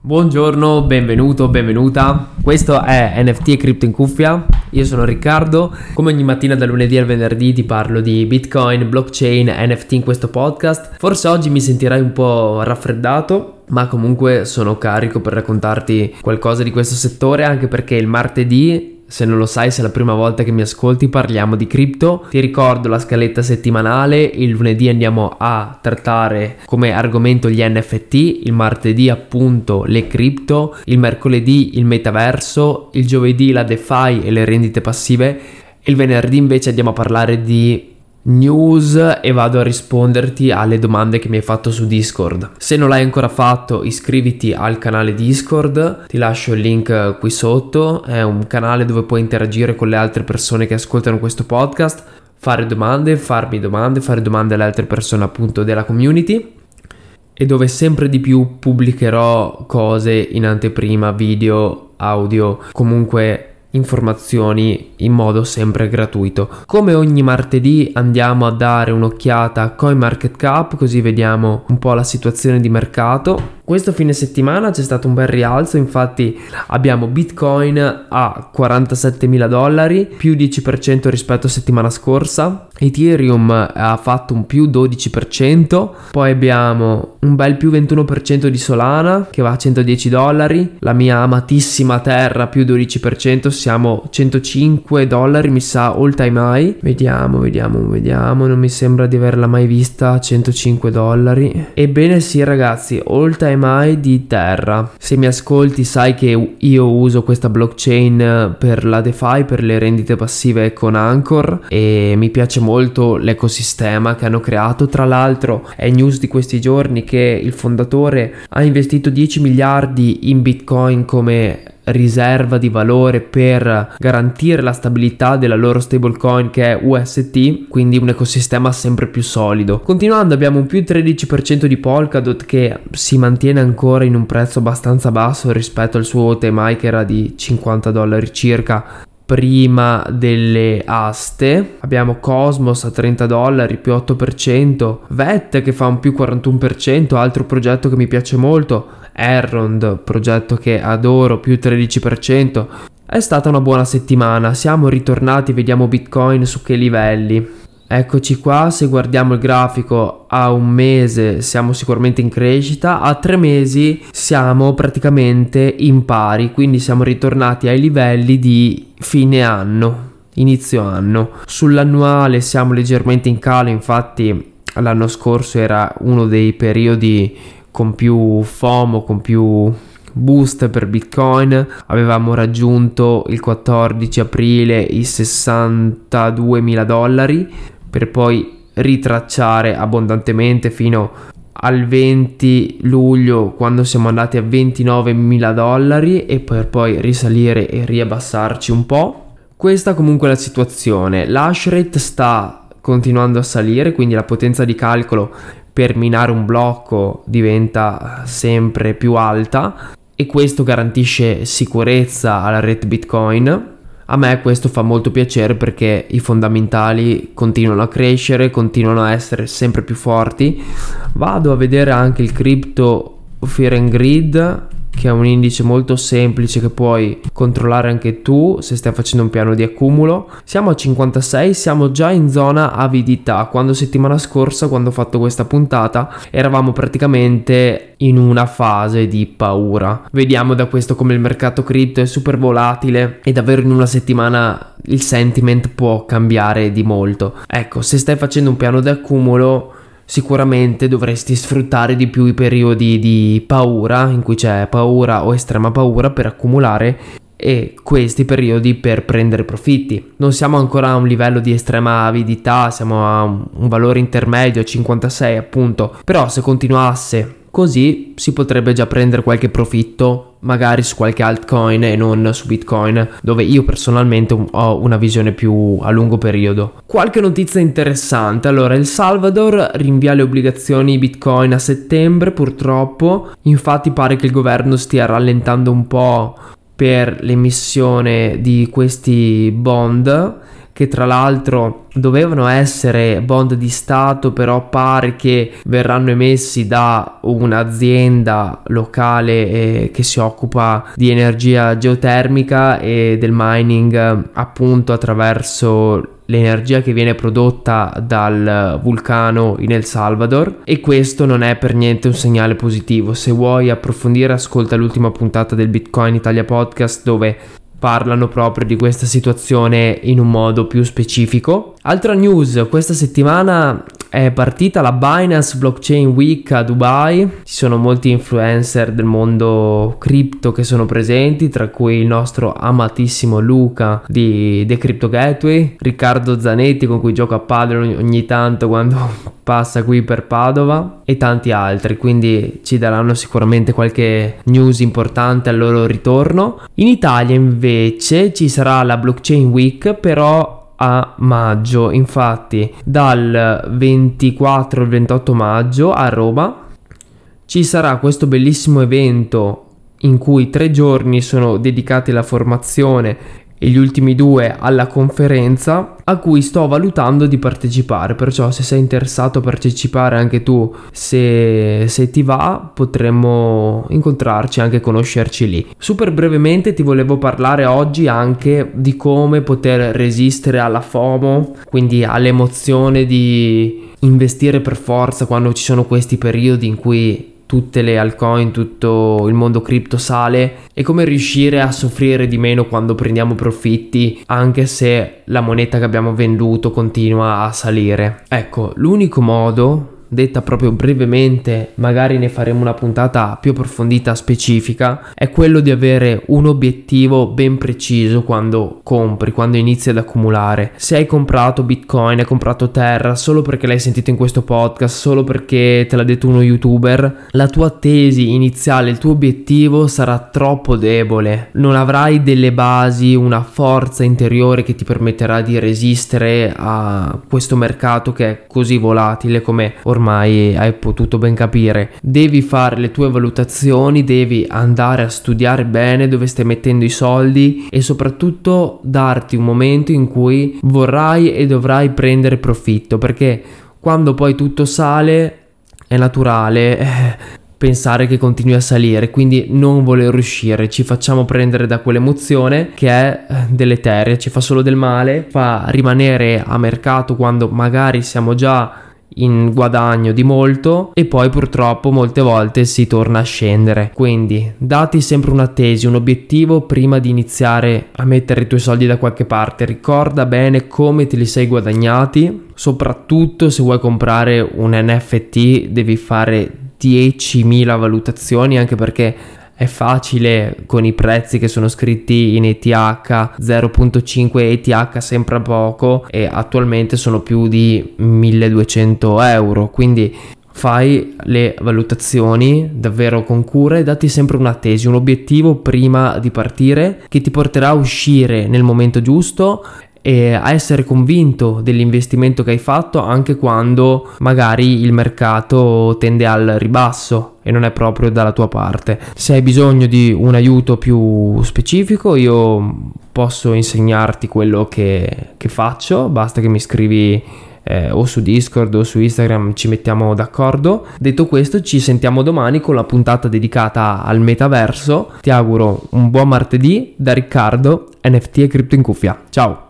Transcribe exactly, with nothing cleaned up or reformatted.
Buongiorno, benvenuto, benvenuta. Questo è N F T e Crypto in cuffia. Io sono Riccardo. Come ogni mattina dal lunedì al venerdì ti parlo di Bitcoin, blockchain, N F T in questo podcast. Forse oggi mi sentirai un po' raffreddato, ma comunque sono carico per raccontarti qualcosa di questo settore, anche perché il martedì, se non lo sai, se è la prima volta che mi ascolti, parliamo di cripto. Ti ricordo la scaletta settimanale: il lunedì andiamo a trattare come argomento gli N F T, il martedì appunto le cripto, il mercoledì il metaverso, il giovedì la DeFi e le rendite passive, il venerdì invece andiamo a parlare di news e vado a risponderti alle domande che mi hai fatto su Discord. Se non l'hai ancora fatto, iscriviti al canale Discord, ti lascio il link qui sotto. È un canale dove puoi interagire con le altre persone che ascoltano questo podcast, fare domande, farmi domande, fare domande alle altre persone appunto della community, e dove sempre di più pubblicherò cose in anteprima, video, audio, comunque informazioni in modo sempre gratuito. Come ogni martedì andiamo a dare un'occhiata a CoinMarketCap, così vediamo un po' la situazione di mercato. Questo fine settimana c'è stato un bel rialzo, infatti abbiamo Bitcoin a quarantasettemila dollari, più dieci per cento rispetto a settimana scorsa. Ethereum ha fatto un più dodici per cento, poi abbiamo un bel più ventuno per cento di Solana che va a centodieci dollari, la mia amatissima Terra più dodici per cento, siamo centocinque dollari, mi sa all time high. Vediamo, vediamo, vediamo, non mi sembra di averla mai vista a centocinque dollari. Ebbene sì ragazzi, all time high di Terra. Se mi ascolti sai che io uso questa blockchain per la DeFi, per le rendite passive con Anchor, e mi piace molto l'ecosistema che hanno creato. Tra l'altro è news di questi giorni che il fondatore ha investito dieci miliardi in Bitcoin come riserva di valore per garantire la stabilità della loro stablecoin che è U S T, quindi un ecosistema sempre più solido. Continuando abbiamo un più tredici per cento di Polkadot che si mantiene ancora in un prezzo abbastanza basso rispetto al suo all time high che era di cinquanta dollari circa prima delle aste. Abbiamo Cosmos a trenta dollari, più otto per cento, Vet che fa un più quarantuno per cento, altro progetto che mi piace molto, Errond, progetto che adoro, più tredici per cento. È stata una buona settimana, siamo ritornati, vediamo Bitcoin su che livelli. Eccoci qua, se guardiamo il grafico a un mese siamo sicuramente in crescita, a tre mesi siamo praticamente in pari, quindi siamo ritornati ai livelli di fine anno, inizio anno. Sull'annuale siamo leggermente in calo, infatti l'anno scorso era uno dei periodi con più FOMO, con più boost per Bitcoin. Avevamo raggiunto il quattordici aprile i sessantaduemila dollari per poi ritracciare abbondantemente fino al venti luglio, quando siamo andati a ventinovemila dollari, e per poi risalire e riabbassarci un po'. Questa comunque è la situazione. L'hash rate sta continuando a salire, quindi la potenza di calcolo per minare un blocco diventa sempre più alta, e questo garantisce sicurezza alla rete Bitcoin. A me questo fa molto piacere perché i fondamentali continuano a crescere, continuano a essere sempre più forti. Vado a vedere anche il Crypto Fear and Greed, che è un indice molto semplice che puoi controllare anche tu se stai facendo un piano di accumulo. Siamo a cinquantasei, siamo già in zona avidità, quando settimana scorsa, quando ho fatto questa puntata, eravamo praticamente in una fase di paura. Vediamo da questo come il mercato cripto è super volatile e davvero in una settimana il sentiment può cambiare di molto. Ecco, se stai facendo un piano di accumulo sicuramente dovresti sfruttare di più i periodi di paura, in cui c'è paura o estrema paura, per accumulare, e questi periodi per prendere profitti. Non siamo ancora a un livello di estrema avidità, siamo a un valore intermedio, cinquantasei appunto, però se continuasse così si potrebbe già prendere qualche profitto magari su qualche altcoin e non su Bitcoin, dove io personalmente ho una visione più a lungo periodo. Qualche notizia interessante: allora, El Salvador rinvia le obbligazioni Bitcoin a settembre purtroppo, infatti pare che il governo stia rallentando un po' per l'emissione di questi bond che tra l'altro dovevano essere bond di Stato, però pare che verranno emessi da un'azienda locale eh, che si occupa di energia geotermica e del mining, appunto attraverso l'energia che viene prodotta dal vulcano in El Salvador, e questo non è per niente un segnale positivo. Se vuoi approfondire, ascolta l'ultima puntata del Bitcoin Italia Podcast, dove parlano proprio di questa situazione in un modo più specifico. Altra news, questa settimana è partita la Binance Blockchain Week a Dubai. Ci sono molti influencer del mondo cripto che sono presenti, tra cui il nostro amatissimo Luca di The Crypto Gateway, Riccardo Zanetti con cui gioco a padel ogni tanto quando passa qui per Padova, e tanti altri, quindi ci daranno sicuramente qualche news importante al loro ritorno. In Italia invece ci sarà la Blockchain Week, però a maggio, infatti dal ventiquattro al ventotto maggio a Roma ci sarà questo bellissimo evento in cui tre giorni sono dedicati alla formazione e gli ultimi due alla conferenza, a cui sto valutando di partecipare. Perciò se sei interessato a partecipare anche tu, se, se ti va, potremmo incontrarci, anche conoscerci lì. Super brevemente ti volevo parlare oggi anche di come poter resistere alla FOMO, quindi all'emozione di investire per forza quando ci sono questi periodi in cui tutte le altcoin, tutto il mondo cripto sale, e come riuscire a soffrire di meno quando prendiamo profitti anche se la moneta che abbiamo venduto continua a salire. Ecco, l'unico modo, detta proprio brevemente, magari ne faremo una puntata più approfondita, specifica, è quello di avere un obiettivo ben preciso quando compri, quando inizi ad accumulare. Se hai comprato Bitcoin, hai comprato Terra solo perché l'hai sentito in questo podcast, solo perché te l'ha detto uno youtuber, la tua tesi iniziale, il tuo obiettivo sarà troppo debole. Non avrai delle basi, una forza interiore che ti permetterà di resistere a questo mercato che è così volatile, come ormai ormai hai potuto ben capire. Devi fare le tue valutazioni, devi andare a studiare bene dove stai mettendo i soldi e soprattutto darti un momento in cui vorrai e dovrai prendere profitto, perché quando poi tutto sale è naturale eh, pensare che continui a salire, quindi non voler uscire. Ci facciamo prendere da quell'emozione che è deleteria, ci fa solo del male, fa rimanere a mercato quando magari siamo già in guadagno di molto, e poi purtroppo molte volte si torna a scendere. Quindi dati sempre una tesi, un obiettivo prima di iniziare a mettere i tuoi soldi da qualche parte. Ricorda bene come te li sei guadagnati, soprattutto se vuoi comprare un N F T devi fare diecimila valutazioni, anche perché è facile con i prezzi che sono scritti in E T H, zero virgola cinque E T H sempre poco, e attualmente sono più di milleduecento euro, quindi fai le valutazioni davvero con cura e dati sempre una tesi, un obiettivo prima di partire che ti porterà a uscire nel momento giusto e a essere convinto dell'investimento che hai fatto anche quando magari il mercato tende al ribasso e non è proprio dalla tua parte. Se hai bisogno di un aiuto più specifico, io posso insegnarti quello che, che faccio, basta che mi scrivi eh, o su Discord o su Instagram, ci mettiamo d'accordo. Detto questo, ci sentiamo domani con la puntata dedicata al metaverso. Ti auguro un buon martedì da Riccardo, N F T e Cripto in Cuffia. Ciao!